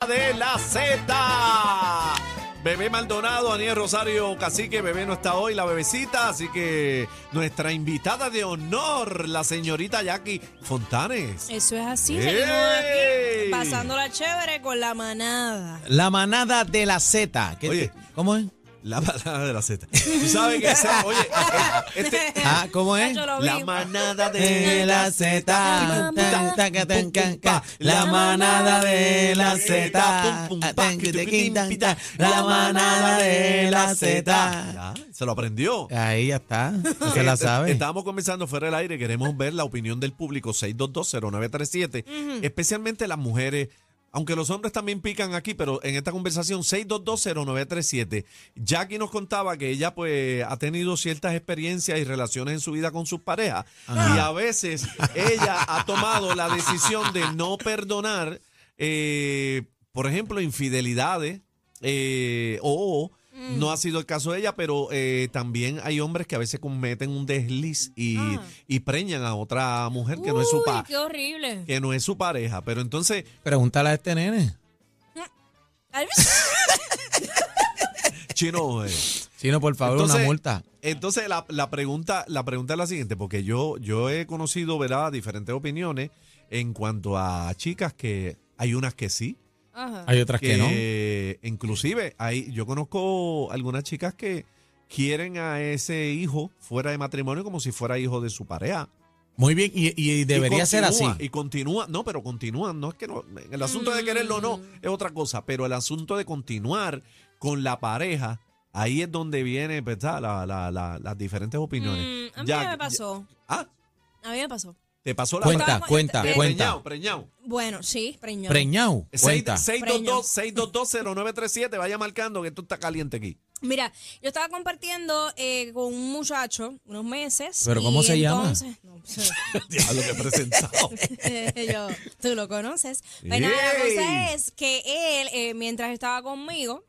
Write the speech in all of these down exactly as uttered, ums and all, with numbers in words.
de la Z. Bebé Maldonado, Aniel Rosario Cacique, Bebé no está hoy, la bebecita, así que nuestra invitada de honor, la señorita Jackie Fontanes. Eso es así, ¡Ey! seguimos aquí, pasándola chévere con la manada. La manada de la Z. ¿Qué Oye. te- ¿Cómo es? La manada de la Z. Tú sabes que ese, oye, este, Ah, ¿cómo es? Nacho, lo vi. la manada De de la Z. Tan, tan, tan, can, can. La manada de la Z. Ah, tan, que te quitan, tan. La manada de la Z. Ya, se lo aprendió. Ahí ya está. No se la sabe. Estábamos conversando fuera del aire, queremos ver la opinión del público, seis dos dos cero nueve tres siete, especialmente las mujeres, aunque los hombres también pican aquí, pero en esta conversación, seis dos dos cero nueve tres siete, Jackie nos contaba que ella pues ha tenido ciertas experiencias y relaciones en su vida con sus parejas, y a veces ella ha tomado la decisión de no perdonar, eh, por ejemplo, infidelidades, eh, o... No ha sido el caso de ella, pero eh, también hay hombres que a veces cometen un desliz y, Ah. y preñan a otra mujer que no es su Uy, pa- qué horrible. que no es su pareja. Pero entonces, Pregúntale a este nene. Ay, Chino, eh, Chino, por favor, Entonces- una multa. entonces la, la pregunta, la pregunta es la siguiente, porque yo, yo he conocido, ¿verdad?, diferentes opiniones en cuanto a chicas que hay unas que sí, Ajá. Hay otras que no. que inclusive hay, yo conozco algunas chicas que quieren a ese hijo fuera de matrimonio como si fuera hijo de su pareja. Muy bien, y, y debería Y ser así. continúa, Y continúa, no, pero continúan, no es que no, el asunto de quererlo o no Mm. es otra cosa, pero el asunto de continuar con la pareja, ahí es donde viene, ¿verdad?, la, la, la, las diferentes opiniones. Mm, a mí Ya- me pasó. Ah, A mí me pasó. te pasó la Cuenta, Estábamos- cuenta, eh, cuenta. Preñado, preñado. Bueno, sí, preñó. Preñado. Cuenta. seis dos dos seis dos dos cero nueve tres siete, vaya marcando que esto está caliente aquí. Mira, yo estaba compartiendo eh, con un muchacho unos meses. ¿Pero cómo y se llama? entonces- No, pues, Diablo que he presentado. yo, tú lo conoces. Pero nada, la ¡Ey! cosa es que él, eh, mientras estaba conmigo,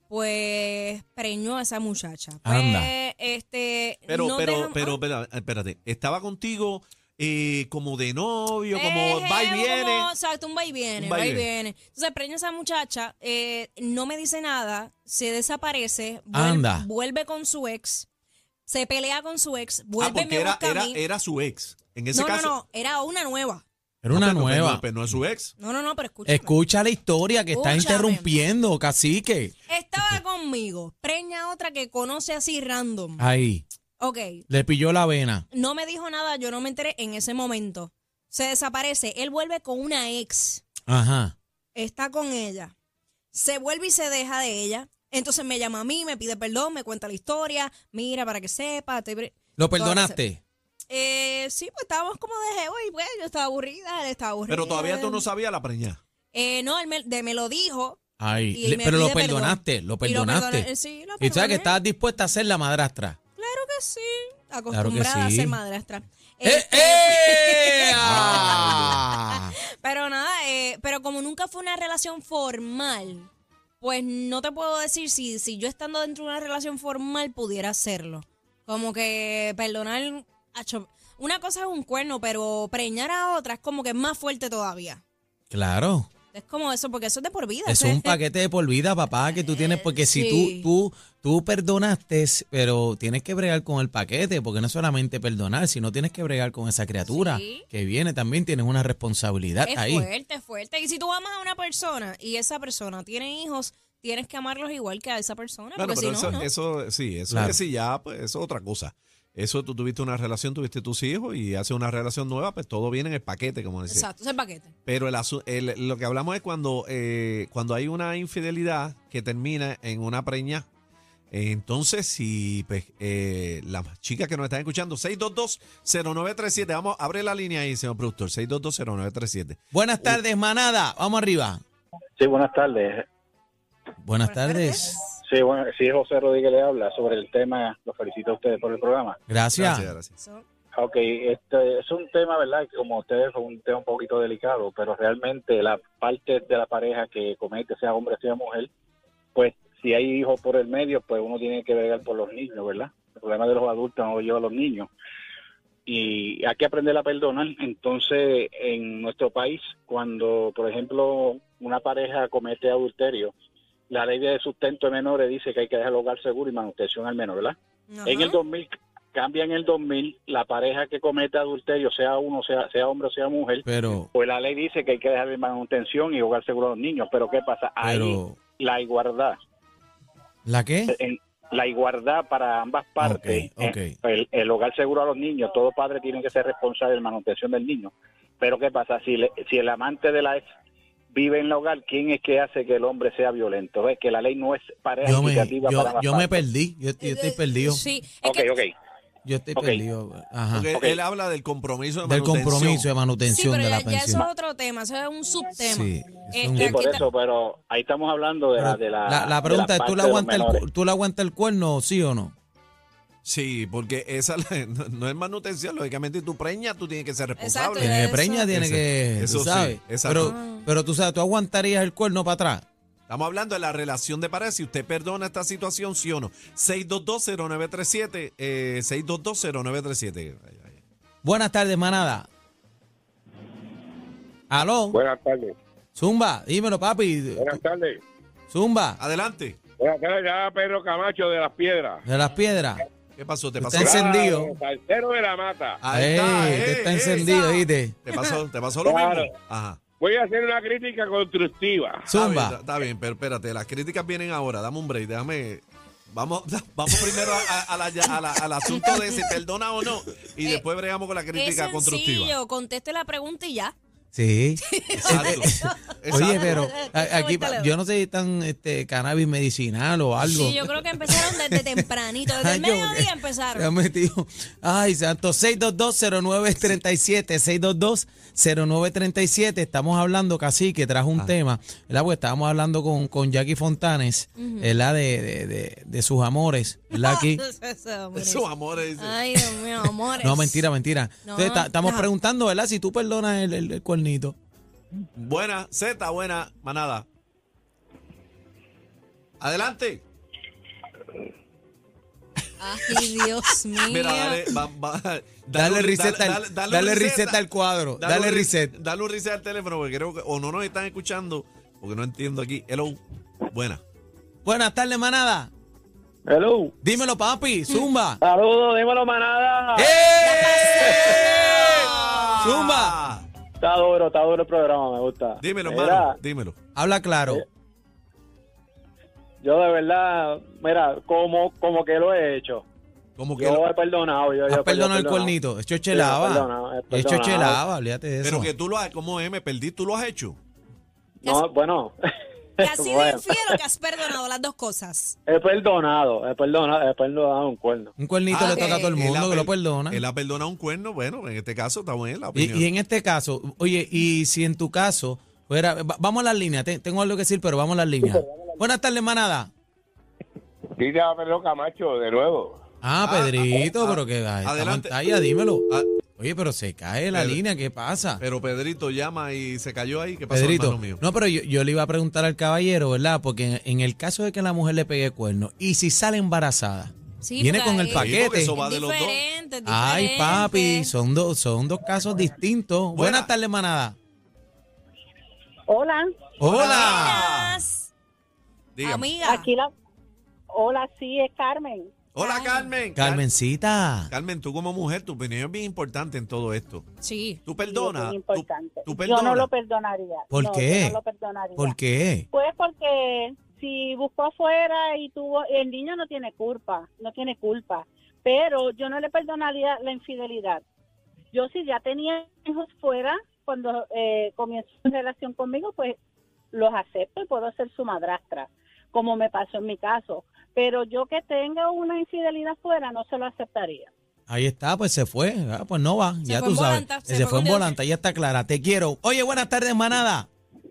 pues preñó a esa muchacha. Pues, Anda. este, Pero, no pero, dejamos- pero, espera- espérate, estaba contigo eh, como de novio, como Eh, va y eh, viene. como, exacto, un va y viene, Un va va y y viene. viene. Entonces preña a esa muchacha, eh, no me dice nada, se desaparece, vuel- Anda. vuelve con su ex, se pelea con su ex, Ah, vuelve y porque me era, busca a era, mí. era su ex. En ese no, caso. no, no, era una nueva. Era una No, pero- nueva. Pero, pero no es su ex. No, no, no, pero escúchame. Escucha la historia que está Escúchame. interrumpiendo, cacique. Estaba conmigo, preña a otra que conoce así random. Ahí. Ok, Le pilló la vena. no me dijo nada, yo no me enteré en ese momento. Se desaparece, él vuelve con una ex. Ajá. Está con ella, se vuelve y se deja de ella, entonces me llama a mí, me pide perdón, me cuenta la historia, mira, para que sepa. Te... ¿Lo Todo que perdonaste? Eh, sí, pues estábamos como de jeo y pues yo estaba aburrida, él estaba aburrido. Pero todavía tú no sabías la preñada. Eh, no, él me, de- me lo dijo. Ahí. Y Le- me pero lo pide perdón. perdonaste, lo Y lo perdonaste. perdoné, sí, lo Y sabes perdoné. que estabas dispuesta a ser la madrastra. Claro que sí, Claro acostumbrada que a sí. ser madrastra. ¡Eh, Este, eh! ¡Ah! Pero nada, eh, pero como nunca fue una relación formal, pues no te puedo decir si, si yo estando dentro de una relación formal pudiera hacerlo. Como que perdonar, acho, una cosa es un cuerno, pero preñar a otra es como que es más fuerte todavía. Claro. Es como eso, porque eso es de por vida. Eso es un paquete de por vida, papá, que tú tienes, porque si sí. tú, tú, tú perdonaste, pero tienes que bregar con el paquete, porque no es solamente perdonar, sino tienes que bregar con esa criatura Sí. que viene, también tienes una responsabilidad Es ahí. fuerte, es fuerte. Y si tú amas a una persona y esa persona tiene hijos, tienes que amarlos igual que a esa persona. Bueno, porque pero si no, eso, no. eso, sí, eso Claro. es sí, ya, pues, eso es otra cosa. Eso tú tuviste una relación, tuviste tus hijos y haces una relación nueva, pues todo viene en el paquete, como decía. Exacto, ese es el paquete. Pero el, asu- el- lo que hablamos es cuando, eh, cuando hay una infidelidad que termina en una preña. eh, Entonces, si pues, eh, las chicas que nos están escuchando, seis dos dos cero nueve tres siete, vamos a abrir la línea ahí, señor productor, seis dos dos cero nueve tres siete. Buenas tardes, manada. Vamos arriba. Sí, buenas tardes. Buenas Buenas tardes. Sí, bueno, sí, José Rodríguez le habla sobre el tema. Los felicito a ustedes por el programa. Gracias. Gracias, gracias. Eso. Ok, este es un tema, ¿verdad? Que como ustedes, es un tema un poquito delicado, pero realmente la parte de la pareja que comete, sea hombre, sea mujer, pues si hay hijos por el medio, pues uno tiene que bregar por los niños, ¿verdad? El problema de los adultos no lo lleva a los niños. y hay que aprender a perdonar. Entonces, en nuestro país, cuando, por ejemplo, una pareja comete adulterio, la ley de sustento de menores dice que hay que dejar el hogar seguro y manutención al menor, ¿verdad? Ajá. En el dos mil, cambia en el dos mil, la pareja que comete adulterio, sea uno, sea, sea hombre o sea mujer, Pero, pues la ley dice que hay que dejar de manutención y hogar seguro a los niños. Pero ¿qué pasa? Ahí pero, la igualdad, ¿la qué? en, la igualdad para ambas partes, Ok, ok. eh, el, el hogar seguro a los niños, todo padre tiene que ser responsable de la manutención del niño. Pero ¿qué pasa? Si, le, si el amante de la ex vive en el hogar, ¿quién es que hace que el hombre sea violento? ¿Ves? Que la ley no es pareja Yo me, equitativa yo, para ambas yo me partes. perdí, yo, yo estoy perdido. Sí, es Ok, que, ok. Yo estoy Ok. perdido. Ajá. Porque Ok. él habla del compromiso de Del manutención. compromiso de sí, manutención pero de la ya, ya eso pensión. es otro tema, eso es un subtema. Sí, eso es Este, un- Sí, aquí por está- eso, pero ahí estamos hablando de la... Pero De la, la, la de pregunta es, parte ¿tú le, de los aguantas el, menores. cu- ¿tú le aguantas el cuerno, sí o no? Sí, porque esa no, no es manutención, lógicamente tú preñas, tú tienes que ser responsable. Exacto, Tiene eso- que preña, tiene Eso- que, eso tú sí, sabes. exacto. Pero, pero tú sabes, ¿tú aguantarías el cuerno para atrás? Estamos hablando de la relación de pareja. Si usted perdona esta situación, sí o no. seis dos dos cero nueve tres siete, eh, seis dos dos cero nueve tres siete. Ay, ay. Buenas tardes, manada. Aló, Buenas tardes. Zumba, dímelo, papi. Buenas tardes. Zumba, Adelante. Buenas tardes, ya Pedro Camacho de Las Piedras. de las piedras. ¿Qué pasó? ¿Te Está pasó? encendido. Claro, Saltero de la Mata. Ahí Ey, está, te eh, está eh. encendido, ¿viste? ¿Te pasó, te pasó lo Claro. mismo? Ajá. Voy a hacer una crítica constructiva. Está bien, Zumba. está bien, pero espérate, las críticas vienen ahora. Dame un break, déjame. Vamos, vamos primero a- a- a la- a la- al asunto de si perdona o no y Eh, después bregamos con la es crítica constructiva. sencillo, conteste la pregunta y ya. Sí. Exacto. Oye, Exacto. pero a- aquí, Cuéntalo. yo no sé si están este, cannabis medicinal o algo. Sí, yo creo que empezaron desde tempranito, desde Ay, el yo, mediodía porque Se empezaron. han metido. Ay, santo. seis dos dos cero nueve tres siete. seis dos dos cero nueve tres siete. Estamos hablando, casi que trajo un tema, ¿verdad? Porque estábamos hablando con, con Jackie Fontanes, ¿verdad? De, de, de, de sus amores, ¿verdad? Aquí. Esos amores. dice. Ay, Dios mío, amores. No, mentira, mentira. No, Entonces, ta- estamos no. preguntando, ¿verdad? Si tú perdonas el, el, el cuernito. Buena, Z, buena, manada. Adelante. Ay, Dios mío. Mira, dale, va- va- Dale un- reset al- dale- dale dale un reset al cuadro, Dale dale un re- reset. Dale un reset al teléfono porque creo que o no nos están escuchando porque no entiendo aquí. Hello. Buena. Buenas tardes, manada. Hello. Dímelo, papi. Zumba. Saludos, dímelo, manada. ¡Eh! Zumba. Ah, Está duro, está duro el programa, me gusta. dímelo, Mira, hermano. Dímelo. Habla claro. yo de verdad, mira, como, como que lo he hecho. Como que Yo lo- he perdonado. Yo, ¿Has yo- yo he perdonado el perdonado. cuernito? Es Sí, he chochelaba. perdonado, he Es perdonado. chochelaba, olvídate de eso. pero que tú lo has, ¿cómo es? Me perdí, tú lo has hecho. No, bueno. ¿Que has sido Bueno, infiel o que has perdonado las dos cosas? he perdonado, he perdonado, he perdonado un cuerno. Un cuernito Ah, le toca a todo el él mundo ha que lo per- perdona. Él ha perdonado un cuerno, bueno, en este caso está bien la Y, opinión. y en este caso, oye, y si en tu caso, fuera, va- vamos a las líneas, te- tengo algo que decir, pero vamos a las líneas. Buenas tardes, manada. Dile a Pedro Camacho de nuevo. Ah, Ah, Pedrito, ah, pero que ay, está adelante. pantalla, dímelo. Ah, Oye, pero se cae la Pedro. línea, ¿qué pasa? pero Pedrito llama y se cayó ahí. ¿Qué pasó, Pedrito, hermano mío? no, pero yo, yo le iba a preguntar al caballero, ¿verdad? Porque en, en el caso de que la mujer le pegue cuerno y si sale embarazada, Sí, viene porque con el ahí- Sí, porque paquete. eso va Es de los dos. diferente, es Ay, diferente. papi, son dos, son dos casos distintos. Buenas tardes, manada. Hola, Hola. Buenas, Dígame. amiga. aquí la. Hola, sí, es Carmen. Hola, Ay. Carmen. Car- Carmencita. Carmen, tú como mujer, tu opinión es bien importante en todo esto. Sí. ¿Tú Sí, perdonas? es muy ¿Tú, importante. tú Yo perdonas? no lo perdonaría. ¿Por No, qué? Yo no lo perdonaría. ¿Por qué? Pues porque si buscó afuera y tuvo, el niño no tiene culpa, no tiene culpa. Pero yo no le perdonaría la infidelidad. Yo si ya tenía hijos fuera, cuando eh, comenzó su relación conmigo, pues los acepto y puedo ser su madrastra, como me pasó en mi caso. Pero yo que tenga una infidelidad fuera, no se lo aceptaría. Ahí está, pues se fue. Ah, pues no va, Se ya fue tú en sabes. volanta, Se, se fue fue en con Dios. volanta, ya está clara. Te quiero. Oye, buenas tardes, manada.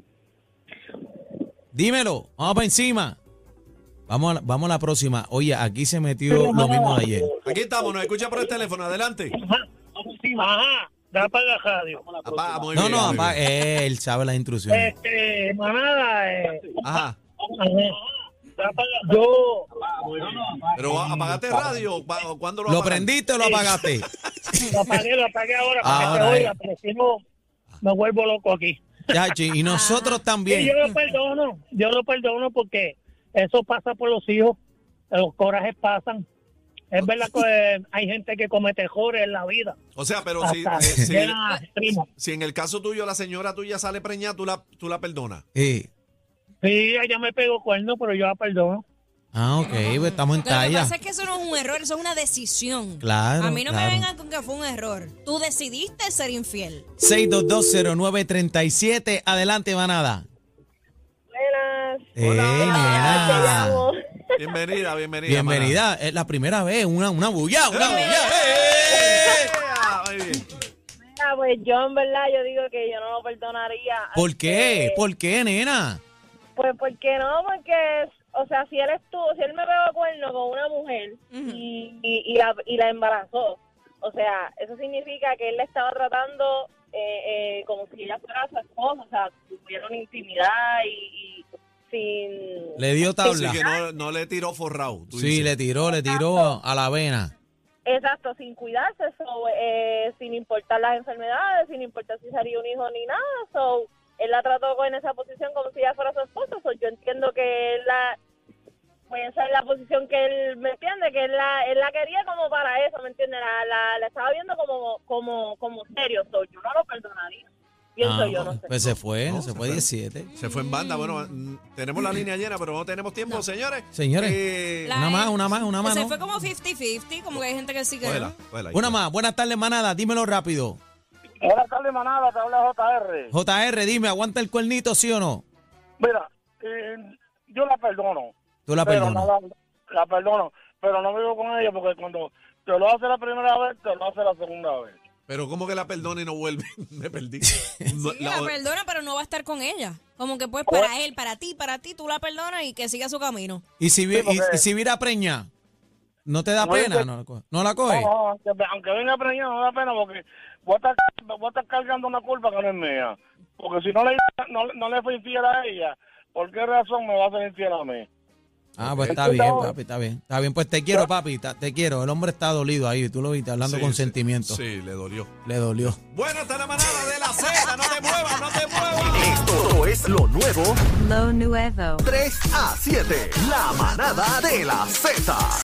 Dímelo, vamos para encima. Vamos a, la, vamos a la próxima. Oye, aquí se metió lo mismo de ayer. Aquí estamos, nos escucha por el teléfono, adelante. Ajá, da para la radio. Apá, muy No, bien, no, muy papá, bien. él sabe las instrucciones. Este, manada, eh, Ajá. ajá, da para la- yo, Pero apagaste radio. ¿Cuándo lo ¿Lo apagaste? prendiste o lo apagaste? Lo apagué, lo apagué ahora para Ahora, que se eh. oiga, pero si no, me vuelvo loco aquí. Chachi, y nosotros Y también. yo lo perdono, yo lo perdono porque eso pasa por los hijos, los corajes pasan. Es verdad que eh, hay gente que comete errores en la vida. O sea, pero si, Hasta eh, si, llega a extremos. si en el caso tuyo la señora tuya sale preñada, tú la, tú la perdonas. Sí. Sí, ella me pegó cuerno, pero yo la perdono. Ah, ok, pues estamos en Lo que talla. pasa es que eso no es un error, eso es una decisión. Claro, A mí no claro. me vengan con que fue un error. Tú decidiste ser infiel. seis dos dos cero nueve tres siete. Adelante, manada. Buenas. ¡Ey, Hola. nena! Te llamo. Bienvenida, bienvenida. Bienvenida. Es la primera vez, una, una bulla, una bulla. ¡Eh! mana. Muy bien. Mira, pues yo en verdad yo digo que yo no lo perdonaría. ¿Por qué? Este, ¿Por qué, nena? Pues porque no, porque, o sea, si él estuvo, si él me pegó cuerno con una mujer y, y, y, la, y la embarazó, o sea, eso significa que él la estaba tratando eh, eh, como si ella fuera su esposa, o sea, tuvieron intimidad y, y sin... Le dio Así tabla. que no, no le tiró forrado. tú Sí, dices. le tiró, le tiró a la vena. Exacto, sin cuidarse, so, eh, sin importar las enfermedades, sin importar si sería un hijo ni nada, so, él la trató en esa posición como si ella fuera su esposa, so, yo entiendo que él la, pues esa es la posición que él, ¿me entiende? Que él la, él la quería como para eso, ¿me entiende? La, la, la estaba viendo como, como, como serio, so, yo no lo perdonaría, pienso Ah, yo, no sé. pues se fue, No, se se fue fue. diecisiete. Se fue en banda. Bueno, mm, tenemos la línea llena, pero no tenemos tiempo, señores. Señores, Eh, La- una más, una más, una más. Se ¿no? fue como cincuenta cincuenta, como que hay gente que sí que cógela, no. cógela ahí. Una más. Buenas tardes, manada. Dímelo rápido. Buenas tardes, manada, te habla J R. J R, dime, ¿aguanta el cuernito, sí o no? Mira, eh, yo la perdono. Tú la pero perdonas. no la, la perdono, pero no vivo con ella porque cuando te lo hace la primera vez, te lo hace la segunda vez. Pero ¿cómo que la perdona y no vuelve? Me perdí. No, Sí, la- la perdona, pero no va a estar con ella. Como que pues para él, para ti, para ti, tú la perdonas y que siga su camino. ¿Y si, vi- Sí, porque- y, y si viera preña? ¿No te da No, pena? es que- ¿No, la coge? ¿No la coge? No, no, aunque, aunque venga preñada, no da pena porque voy a, estar, voy a estar cargando una culpa que no es mía. Porque si no le, no, no le fui infiel a ella, ¿por qué razón me va a ser infiel a mí? Ah, pues está bien, papi, está bien. Está bien, pues te quiero, papi, ta- te quiero. El hombre está dolido ahí, tú lo viste, hablando Sí, con sí, sentimiento. Sí, le dolió. Le dolió. Bueno, está la manada de la Z. No te muevas, no te muevas. Esto es lo nuevo Lo nuevo. tres a siete. La manada de la Z.